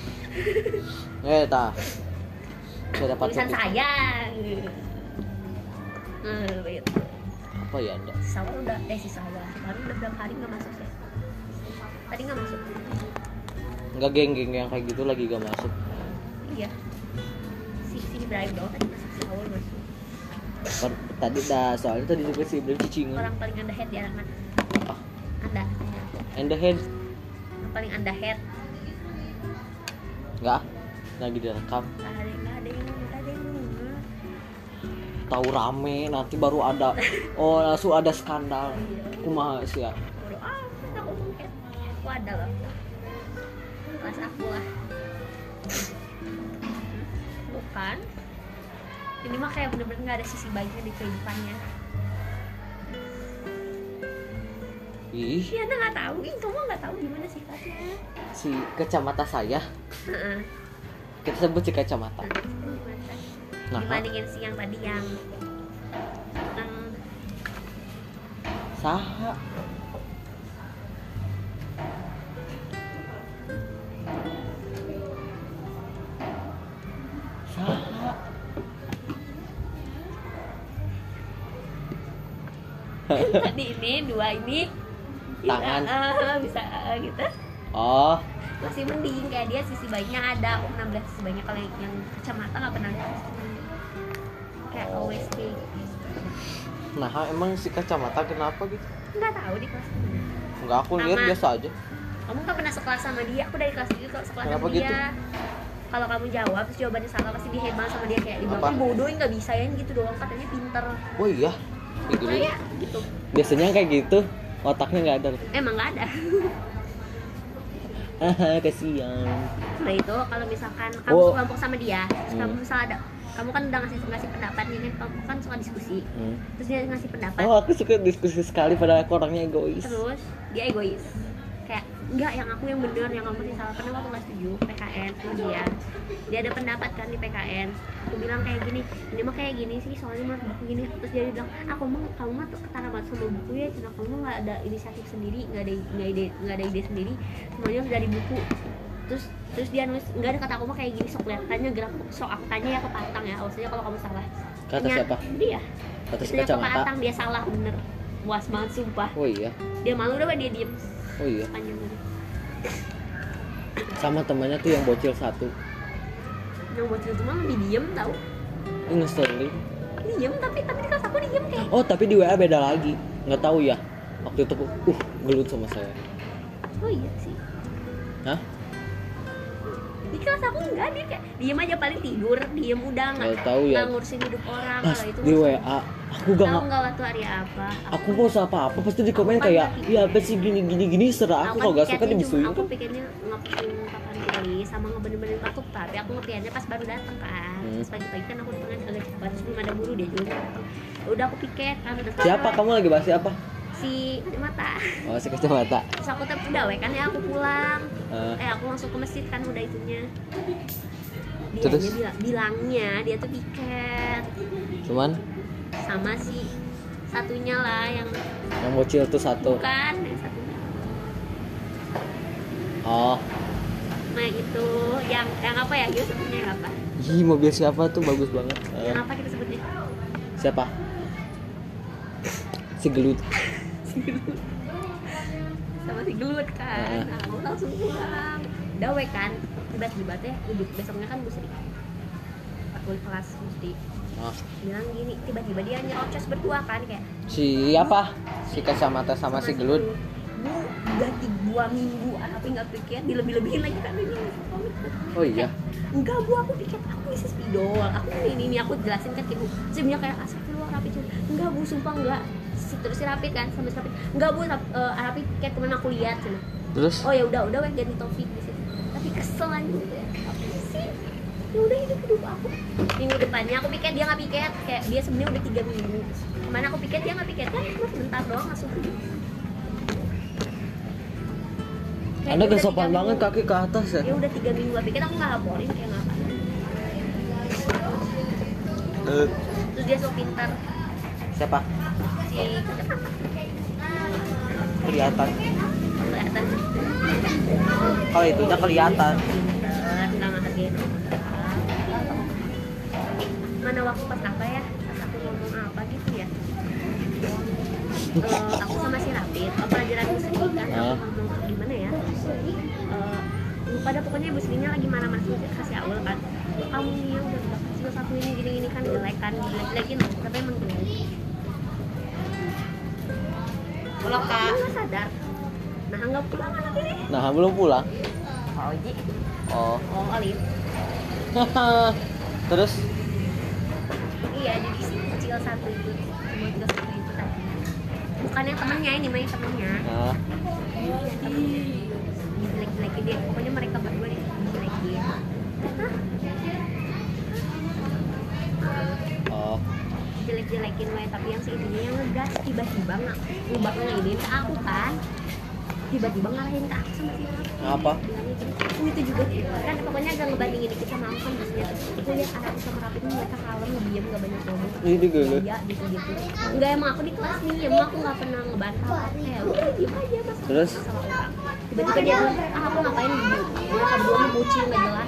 Tah. Saya dapat Tulisan buku. saya. Gitu. Apa ya Anda? Si Sawah udah si Sawah. Baru udah berapa hari nggak masuk ya? Tadi nggak masuk. Enggak geng-geng yang kayak gitu lagi gak masuk. Iya. Si Ibrahim dong tadi masuk, si Sawah masuk. Tadi soalnya tadi juga sih belum cicingan. Orang paling underhead di anak-anak. Ah, Anda. and the head. Yang paling underhead. Enggak. Lagi direkam. Nggak ada yang denger. Tahu rame nanti baru ada. Oh, langsung ada skandal. Kumaha sih ya. Baru kita ngomong head. Aku ada loh. Kelas aku lah. Bukan. Ini mah kayak bener-bener nggak ada sisi baiknya di kehidupannya. Ih, Iya, Anda nggak tahu. Ih, kamu nggak tahu gimana sifatnya. si kacamata saya. Heeh. Kita sebut si kacamata. Nah, Dibandingin si yang tadi yang saha. Saha. tadi ini dua ini Tangan. bisa gitu. Oh, Masih mending kayak dia sisi baiknya ada. Aku pernah bilang sisi baiknya, kalau yang kacamata nggak pernah lihat. Kayak always kayak gitu. nah emang si kacamata kenapa gitu? Nggak tahu di kelas mana. Enggak, aku lihat Sama. biasa aja. Kamu nggak pernah sekelas sama dia. Aku dari kelas itu sekelas Kenapa sama dia. gitu? Kalau kamu jawab terus jawabannya salah, pasti dihebang sama dia kayak Apa? dibilang bodoh nggak bisa ya gitu doang, katanya pinter. Oh iya. Gitu. Kayak gitu. Biasanya kayak gitu, otaknya nggak ada. Emang nggak ada. Kasihan. Nah itu kalau misalkan kamu Oh. sekelompok sama dia, terus Hmm. kamu misalnya ada, kamu kan udah ngasih pendapat nih kan, kamu kan suka diskusi, terus dia ngasih pendapat, Oh, aku suka diskusi sekali padahal aku orangnya egois. terus dia egois, kayak enggak, yang aku yang bener, yang kamu sih salah. Pernah waktu kelas 7 PKN sama dia ada pendapat kan di PKN. Aku bilang kayak gini, ini mah kayak gini sih soalnya mah buku gini. Terus dia bilang, kamu mah tuh ketara banget sama buku ya, cina kamu nggak ada inisiatif sendiri, nggak ada ide sendiri, semuanya harus dari buku. Terus dia nulis, nggak ada kata aku mah kayak gini, sok lihat tanya gerak, sok aku tanya ya ke Patang ya, maksudnya kalau kamu salah. Kata Tanya siapa? Dia. Kata si Tanya ke kacamata. Patang, dia salah bener, puas banget sumpah. Oh iya. Dia malu udah dia diem Oh iya. panjang banget. Sama temannya tuh yang bocil satu. Yang bocil itu mah lebih diem tau, Ini ngeselin. diem tapi di kelas aku diem kayak Oh, tapi di WA beda lagi. Nggak tahu ya. Waktu itu gelut sama saya. oh iya sih. Hah? Di kelas aku enggak, dia kayak diem aja, paling tidur, diem udah Nggak tahu ya. nggak ngurusin hidup orang. Pas Kalau itu di mah- WA, aku gak tahu nggak waktu hari apa? aku mau apa pasti di komen Aku kan kayak nggak ya apa sih gini serah aku kalau gak suka dibisuin aku kan. pikirnya ngepin papan tulis sama ngebener-benerin kartu, tapi aku ngertiannya pas baru datang kan. Pas pagi-pagi kan aku datang agak cepat, terus belum ada guru, dia juga datang. Udah aku piket kan, udah Siapa selesai. kamu lagi bahas siapa? Si mata. Oh, si kacamata. Terus aku udah kan ya, aku pulang. Eh. Aku langsung ke masjid kan, udah itunya. Terus? Bilangnya dia tuh piket Cuman sama si satunya lah yang bocil tuh satu. bukan yang satunya. Oh, Nah itu yang apa ya, kita sebutnya yang apa? ih mobil siapa tuh bagus banget. Yang apa kita sebutnya? Siapa? Si gelut. Sama si gelut kan. Nah, aku langsung pulang. Dawe kan, tiba-tiba teh duduk, besoknya kan Busri aku kelas mesti Oh. bilang gini, tiba-tiba dia nyerocos berdua kan kayak Siapa? Si kacamata sama si gelut. Bu, udah 2 minggu tapi nggak pikir, dilebih-lebihin lagi kan ini. Oh iya. Enggak bu, aku pikir aku bisa spidol, aku ini aku jelasin kan ke ibu. Sebenarnya kayak astagfirullah Rapid, enggak bu, sumpah enggak. Terus si Rapid kan sama si Rapid, enggak bu, Rapid kayak temen aku lihat cina. Terus? Oh ya udah weh, ganti topik di situ. Tapi kesel aja gitu ya. Apa sih? Ya udah hidup aku. Minggu depannya aku piket, dia nggak piket. Kayak dia sebenarnya udah 3 minggu. Kemana aku piket, dia nggak piket kan? Cuma sebentar doang langsung pergi. Kayak Anda dia udah gak sopan 3 banget minggu. kaki ke atas ya? Dia udah 3 minggu gak piket, aku nggak laporin kayak ngapain. Terus dia so pintar. Siapa? Si Kelihatan. kelihatan. Kalau itu udah kelihatan. Nggak ngehargain orang. Mana waktu pas apa ya? Pas aku ngomong apa gitu ya? Aku sama si Rapid, pelajaran musik kan, aku ngomong gimana ya? Lupa dah pokoknya Bu Srinya lagi marah-marah kasih awal kan. Kamu nih ya udah kecil satu ini gini-gini kan jelek kan, jelek-jelekin tapi emang jelek. Kalau Kak nggak sadar, nah nggak pulang anak ini. Nah belum pulang. Oh Ji. Oh. Oh Alif. Terus? Iya jadi si kecil satu itu, cuma kecil satu itu tadi. Bukan yang temennya ini, main temennya. Nah. Jelek-jelekin dia, pokoknya mereka berdua dijelekin. Oh. Jelek-jelekin wae, tapi yang si itunya yang ngegas tiba-tiba ngubah ngelainin ke aku kan, tiba-tiba ngalahin ke aku sama si Rapid. Apa? Bilangnya gitu, itu juga kan pokoknya agak ngebandingin dikit sama aku kan biasanya tuh aku lihat aku sama Rapid ini mereka kalem, diam, gak banyak ngomong. Ini gue. Iya gitu-gitu. Enggak, emang aku di kelas nih, emang aku gak pernah ngebantah. Ya udah diem aja mas. Terus? Sama orang. Tiba-tiba dia bilang, aku ngapain gitu. Mereka berdua mah bucin gak jelas.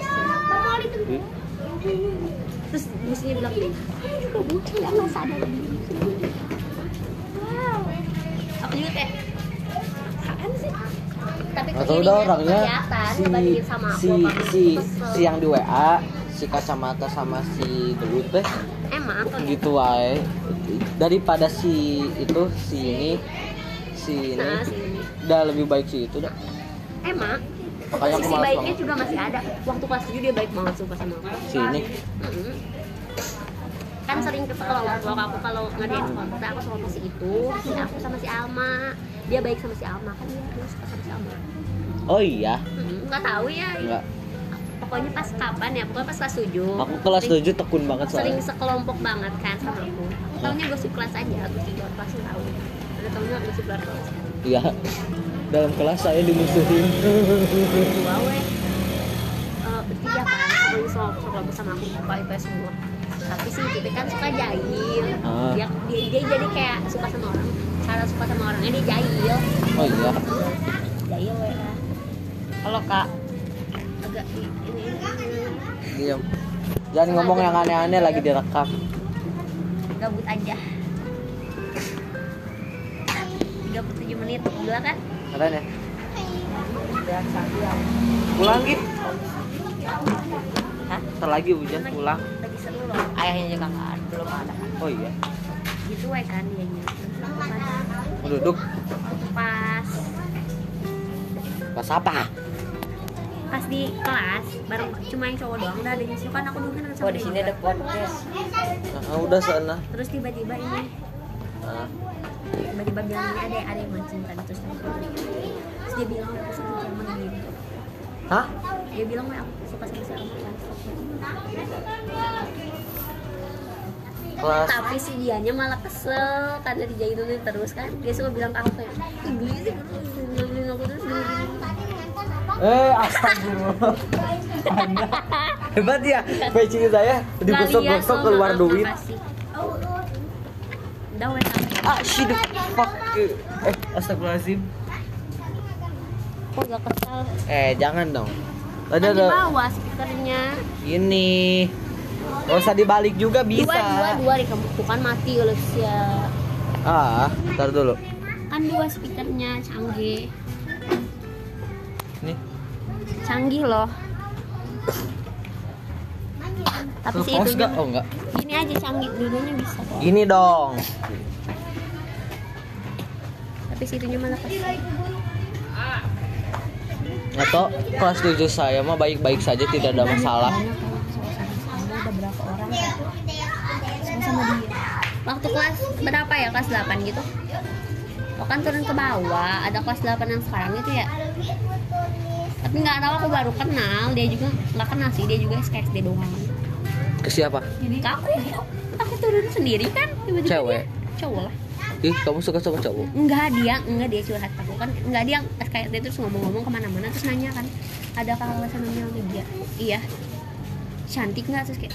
Terus musuhnya bilang, kamu juga bucin gak sadar diri. Wow. Aku juga kayak, apaan sih? Tapi kok Atau jadinya udah orangnya kelihatan ngebandingin sama aku, si yang di WA, si kacamata sama si gelut teh emang atau gitu wae. Daripada si itu si ini nah, sini. udah lebih baik si itu dah. Emang Makanya aku sisi malas baiknya banget. juga masih ada. Waktu kelas 7 dia baik banget suka sama aku. Si ini. Kan sering kelompok kalau ngadain kelompok aku sama si itu, si aku sama si Alma. Dia baik sama si Alma kan dia suka sama si Alma. Oh iya. Nggak tahu ya. Enggak. Pokoknya pas kapan ya? Pokoknya pas kelas 7. Aku kelas 7 tekun banget Sering soalnya. sekelompok banget kan sama aku. Taunya gosip kelas aja, gosip luar kelas nggak tahu. Ada taunya gosip luar kelas. Iya. Dalam kelas saya dimusuhin. Dua we. Bertiga kan, sekelompok sama aku lupa itu semua. Tapi si Tipe kan suka jahil. Dia jadi kayak suka sama orang. Cara suka sama orangnya dia jahil. Oh iya. Jahil we. Kalau Kak agak ini. Diam. Jangan ngomong yang aneh-aneh lagi direkam. Gabut aja. 37 menit, gila kan? Keren ya? Pulang gitu. Hah? Ntar lagi hujan pulang. Lagi seru loh. Ayahnya juga kan belum ada kan. Oh iya. Gitu we kan dianya. Mau duduk. Pas Apa? pas di kelas bareng cuma yang cowok doang udah ada nyusul kan aku dulu kan sama di dia sini juga. ada podcast. Nah, udah sana. Terus tiba-tiba ini Nah, tiba-tiba bilang ini ada yang mancing kan terus dia bilang aku suka sama gitu. hah? Dia bilang aku suka sama si Alma kan. Kelas Tapi si dianya malah kesel karena dijahilin terus kan. Dia suka bilang ke aku kayak beli sih beli aku terus gini. astagfirullah. Hebat ya, matching saya digosok-gosok keluar duit. Udah wes. Shit, fuck. Astagfirullahaladzim. Kok gak kesal? Jangan dong. Kan Ada di bawah speakernya. ini. Gak usah dibalik juga bisa. Dua di kamu tuh kan mati oleh sia. Ntar dulu. Kan dua speakernya canggih. Nih. Canggih loh. Tapi si Pause itu nggak? Oh enggak. Gini aja canggih, dulunya bisa kok. Gini dong. Tapi si itunya malah kesel. Nggak tau, kelas 7 saya mah baik-baik saja, tidak ada masalah. Ada berapa orang sama dia. Waktu kelas berapa ya? Kelas 8 gitu. Oh kan turun ke bawah, ada kelas 8 yang sekarang itu ya. Tapi nggak tahu, aku baru kenal, dia juga nggak kenal sih, dia juga SKSD doang. Ke siapa? Jadi aku turun sendiri kan tiba-tiba Cewek? dia, cowok lah. Ih, kamu suka sama cowok? Enggak dia curhat aku kan, enggak dia SKSD terus ngomong-ngomong kemana-mana terus nanya kan, ada kakak namanya Media, iya cantik nggak, terus kayak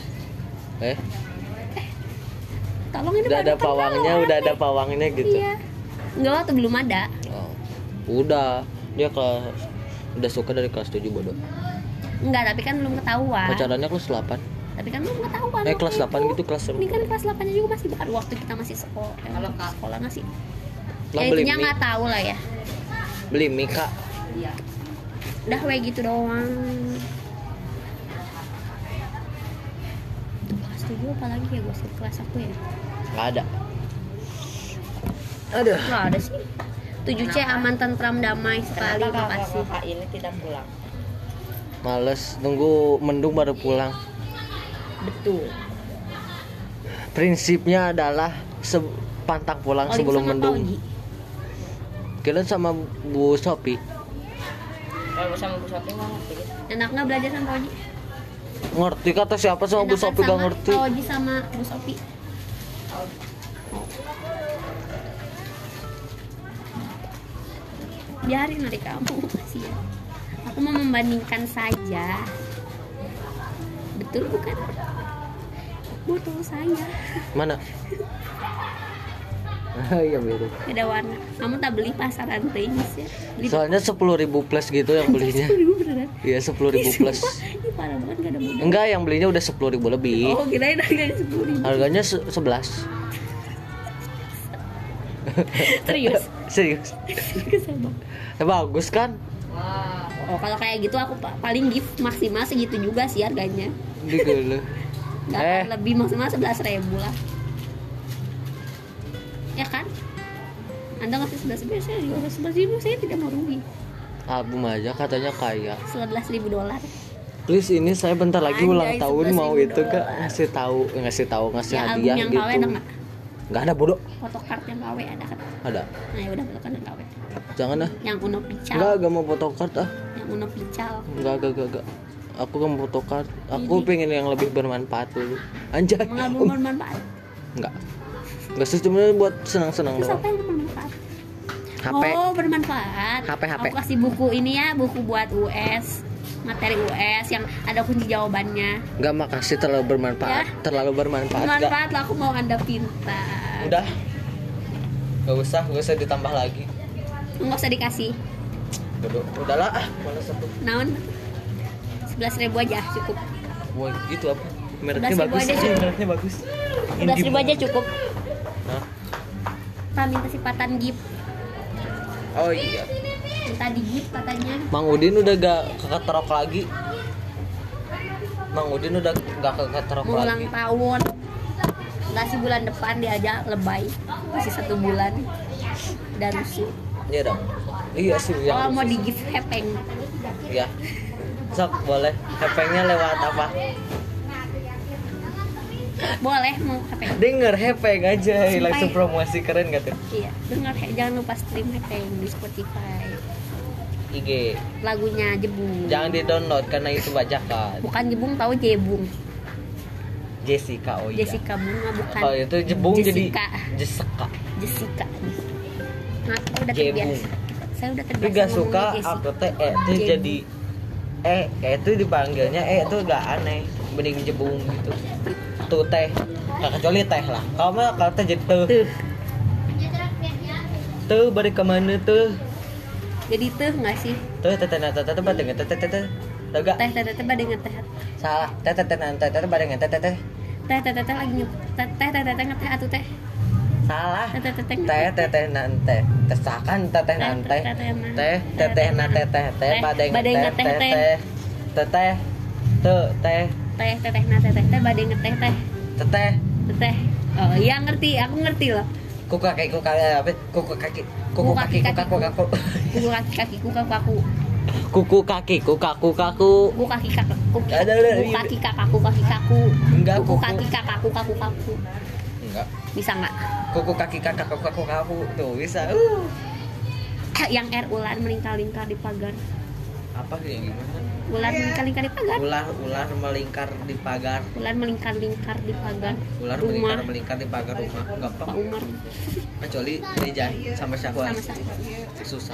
tolong ini udah ada baru pawangnya, kenal, udah ada pawangnya gitu. iya, enggak waktu belum ada. Oh, udah. Dia udah suka dari kelas 7 bodoh. Enggak, tapi kan belum ketahuan. Pacarannya kelas 8. Tapi kan belum ketahuan. Kelas 8 gitu, kelas Ini kan kelas 8-nya juga masih baru waktu kita masih sekolah. Kalau sekolah nggak sih? lah, Ya beli intinya mie. nggak tahu lah ya. Beli mie Kak. Iya. Udah we gitu doang. Kelas 7 apalagi ya gosip kelas aku ya? Nggak ada. Aduh. Nggak ada sih. 7C aman tentram damai sekali, makasih. Kakak ini tidak pulang. Males, nunggu mendung baru pulang. Betul. Prinsipnya adalah pantang pulang Oli sebelum sama mendung. Pauji. Kalian sama Bu Sopi Kalau sama Bu Sophie nggak ngerti gitu. Enak nggak belajar sama Pauji? ngerti kata siapa sama Bu Enakan Sopi gak sama ngerti. Pauji sama Bu Sopi. Biarin dari kamu, kasihan. Aku mau membandingkan saja. Betul bukan? Botol saya Mana? Iya beda. beda warna. Kamu tak beli pasaran tenis ya? Beli Soalnya 10.000 plus gitu yang belinya. 10.000 beneran? Iya 10.000 plus. Ini parah banget, gak ada modal. Enggak, yang belinya udah 10.000 lebih. Oh, kirain harganya 10.000. Harganya 11. Serius? Serius. Kesel banget. Bagus kan? Oh, kalau kayak gitu aku paling gift maksimal segitu juga sih harganya. Digele. Gak akan lebih, maksimal 11.000 lah. Ya kan? Anda ngasih 11.000, saya juga 11.000, saya tidak mau rugi. Album aja katanya kaya. $11.000. Please, ini saya bentar lagi Anjay, ulang tahun, mau $11.000. itu gak ngasih tahu ngasih Ya, album hadiah yang gitu. KW ada nggak? Nggak ada bodoh. Photocard yang KW ada kan? Ada. Nah ya udah photocard yang KW. Jangan ah. Yang Uno Pical. Nggak mau photocard ah. Yang Uno Pical. Enggak. Aku gak mau photocard. Aku pengen yang lebih bermanfaat dulu. Anjay. Emang album bermanfaat. Enggak sih, cuma buat senang-senang Terus doang. apa yang bermanfaat? HP. Oh bermanfaat. HP. Aku kasih buku ini ya, buku buat US, materi US yang ada kunci jawabannya. Enggak, makasih, terlalu bermanfaat. Ya. Terlalu bermanfaat. Bermanfaat lah, aku mau Anda pintar. Udah. Gak usah ditambah lagi. Nggak usah dikasih. Bodoh. Udahlah ah, malas aku. Naon? 11.000 aja cukup. Wah, gitu apa? Mereknya 11.000 bagus. aja sih. Mereknya bagus. 11.000 aja cukup. Hah? Kita minta sipatan gift. Oh iya. Minta di gift katanya. Mang Udin udah gak keketerok lagi. Mang Udin udah gak keketerok Mau ulang lagi. tahun. Nggak sih bulan depan dia aja lebay. Masih 1 bulan. Dan rusuh. Iya dong. Iya sih yang Kalau mau khusus. di gift hepeng. Iya. Sok boleh. Hepengnya lewat apa? Boleh mau hepeng. Denger hepeng aja, Sumpah langsung ya. promosi keren gak tuh? Iya, dengar jangan lupa stream hepeng di Spotify. IG. Lagunya Jebung. Jangan di-download karena itu bajakan. Bukan Jebung, tahu Jebung. Jessica, oh iya. Jessica Bunga bukan. Oh itu jebung jadi Jessica. Jessica. Jessica. Nah, aku udah Jebung. terbiasa. Saya udah Tapi terbiasa gak suka ngomongnya Jessica. aku teh itu Jebung. jadi itu dipanggilnya itu gak aneh, mending jebung gitu. Tuh teh. Nah, kecuali teh lah. Kalau teh jadi tuh. Tuh. Tuh balik kemana tuh? Jadi tuh nggak sih? Tuh teh badeng teh. Lega. Teh badeng teh. Salah. Teh badeng teh. Teh lagi teh ngeteh atuh teh. Salah. Teh. Teh nanti. Tesakan teh nanti. Teh nanti teh badeng teh. Teh. Tuh teh. Teh teh badeng teh teh. Teh. Teh. Oh iya ngerti, aku ngerti loh. Kuku kaki. Kuku kaki kuku kaku. Kuku kaki kukaku. Kuku kaki kakak. Ada. Kuku kaki kakakku kaki kaku. Enggak, Kuku kuku. kaki kakakku kaku kaku. Enggak. Bisa nggak? Kuku kaki kakak kukaku tuh bisa. Yang ular melingkar-lingkar di pagar. Apa sih yang gimana? Ular melingkar-lingkar di pagar. Ular melingkar di pagar. Ular melingkar-lingkar di pagar. Ular Rumah melingkar di pagar rumah. Gampang. Pak Umar Kecuali dijahit sama Syahwal. sama saya. Susah.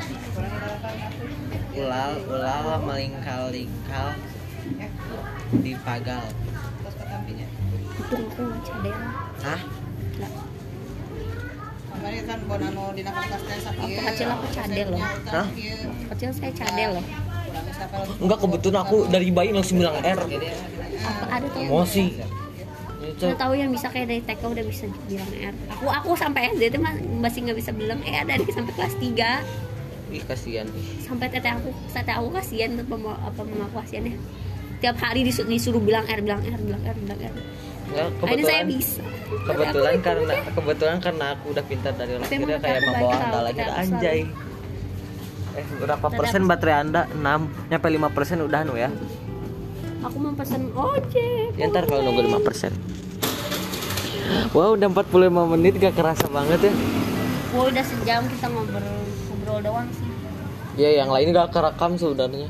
Ular melingkar di pagar. Itu aku nggak cadel. Hah? Nggak. Kemarin kan bon anu dina kertas teh sakieu. Waktu kecil aku cadel loh. Hah? Kecil saya cadel loh. Enggak, kebetulan aku dari bayi langsung bilang R. Apa ada tuh? Emosi. Nggak tahu yang bisa kayak dari TK udah bisa bilang R. Aku sampai SD itu masih nggak bisa bilang dari sampai kelas 3. Ih, kasihan. Sampai tete aku kasihan mama aku kasihan ya. Tiap hari disuruh bilang R. Enggak, Ini saya bisa. kebetulan karena aku udah pintar dari orang kira kayak membawa Anda lagi anjay. Berapa persen baterai Anda? 6, nyampe 5% udah anu ya. Aku mau pesen ojek. Ya ntar kalau nunggu 5%. Wow, udah 45 menit gak kerasa banget ya. Wah, udah sejam kita ngobrol doang sih. Ya, yang lain gak kerekam sebenarnya.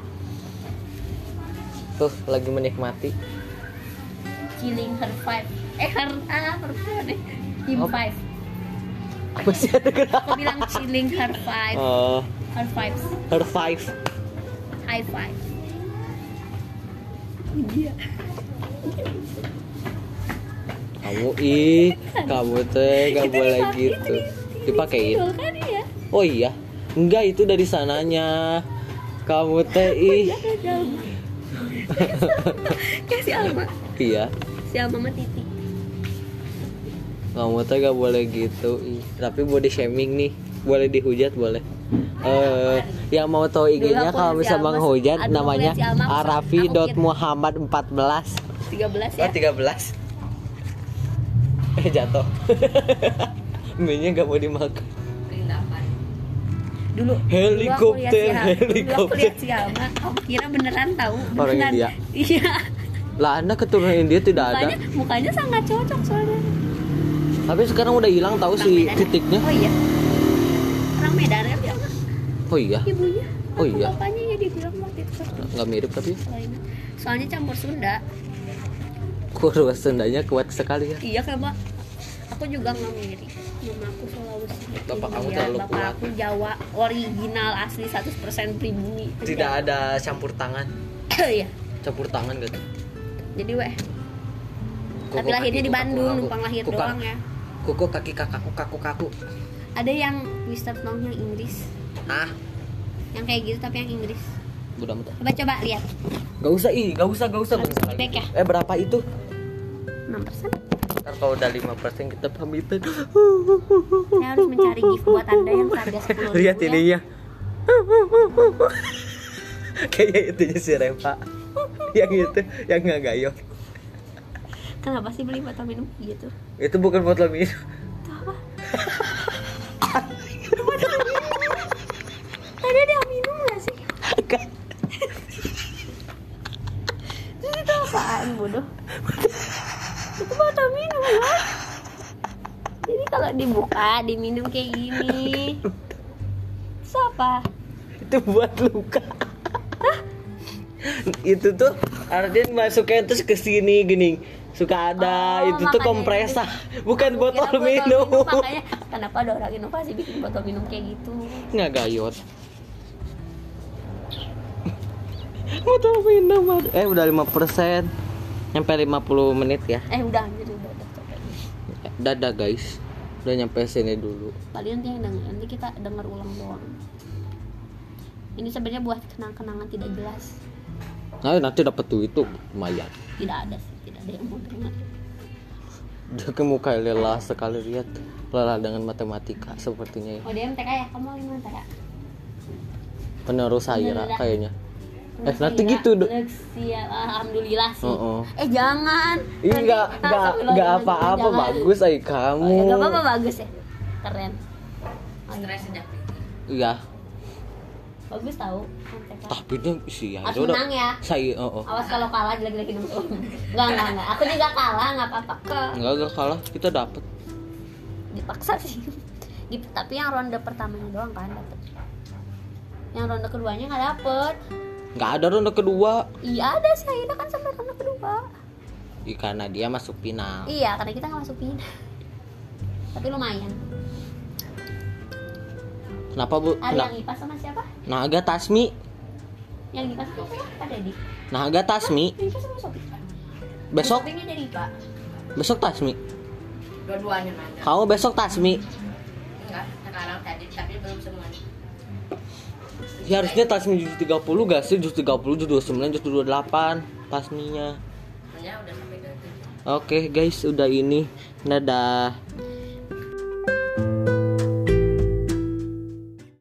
Tuh, lagi menikmati. Killing her five. Him five. Apa sih ada gerak? Aku bilang chilling her five. Oh, Her fives. her five. High five. Iya. Kamu teh gak boleh gitu. Dipakein. Kan ya? Oh iya. Enggak, itu dari sananya. Kamu teh Kayak si Alma. Iya. Si Alma sama Titi. Kamu teh gak boleh gitu. Tapi body shaming nih. Boleh dihujat boleh. Yang mau tahu IG-nya kalau bisa menghujat namanya arafi.muhammad14 13 ya. 13. Jatuh. Mie-nya gak mau dimakan. Dulu Helikopter. Dulu aku lihat si Alma. Aku kira beneran tahu. Orang Beneran. India. Iya. Lah Anda keturunan India tidak ada. Mukanya sangat cocok soalnya. Tapi sekarang udah hilang tahu si titiknya. Oh iya. Orang Medan ya bilang. Oh iya. Ibunya. Oh iya. Bapaknya ya dia bilang waktu itu. Nggak mirip tapi. Soalnya campur Sunda. Kurus Sundanya kuat sekali ya. Iya kan, Mbak. Aku juga nggak mirip. Mama aku Sulawesi. Bapak kamu Iya, terlalu bapak kuat. aku Jawa original asli 100% pribumi. Tidak ada campur tangan. Iya. Campur tangan gitu. Jadi tapi lahirnya di Bandung, numpang lahir doang ya. Kuku kaki kakakku kaku. Ada yang Mister Tong yang Inggris. Ah, Yang kayak gitu tapi yang Inggris. udah mudah. Coba lihat. Gak usah bentar lagi. Baik ya? Berapa itu? 6%. Ntar kalau udah 5% kita pamitan. Saya harus mencari gift buat Anda yang harga 10.000. Lihat ininya. Kayak itunya si Reva. Yang itu, yang nggak gayok. Kenapa sih beli botol minum gitu? Itu bukan botol minum. Itu apa? Tadi ada minum nggak sih? Terus itu apaan bodoh? Itu botol minum kan? Jadi kalau dibuka, diminum kayak gini. Terus apa? Itu buat luka. Itu tuh artinya masuknya terus ke sini gini. Suka ada itu tuh kompresa, bukan botol minum. Makanya kenapa ada orang inovasi bikin botol minum kayak gitu? Nggak gayot. Botol minum udah 5%. Nyampe 50 menit ya. Udah anjir udah capek. Dadah guys. Udah nyampe sini dulu. Paling nanti kita dengar ulang doang. Ini sebenarnya buat kenang-kenangan tidak jelas. Nah, nanti dapat duit tuh lumayan. Tidak ada yang mau dengar. Dia ke muka lelah sekali lihat lelah dengan matematika sepertinya ya. Oh dia MTK ya? Kamu lagi MTK? Penerus saya kayaknya. Nanti Iya, gitu dong. Siap, alhamdulillah sih. Jangan. Enggak apa-apa, bagus ay kamu. Enggak apa-apa, bagus ya. Keren. Stresnya. Iya. Bagus tahu MTK. Tapi dia sih ya. Harus menang ya. Saya Awas kalau kalah lagi nonton. Enggak. Aku juga kalah, enggak apa-apa. Enggak kalah, kita dapat. Dipaksa sih. Gitu, tapi yang ronde pertamanya doang kan dapat. Yang ronde keduanya enggak dapet. Enggak ada ronde kedua. Iya ada sih, Aida kan sampai ronde kedua. Karena dia masuk final. Iya, karena kita nggak masuk final. Tapi lumayan. Kenapa bu? Ada yang IPA sama siapa? Naga Tasmi. Yang IPA sama siapa? Ada di. Naga Tasmi. Yang IPA sama Sopi. Besok. Sopinya jadi IPA. Besok Tasmi. Dua-duanya nanya. Kamu besok Tasmi. sekarang tadi tapi belum semuanya. Ya harusnya tasmi jus 30 gak sih? Jus 30, jus 29, jus 28 tasminya. Sebenarnya udah sampai 27. Oke guys, udah ini. Dadah.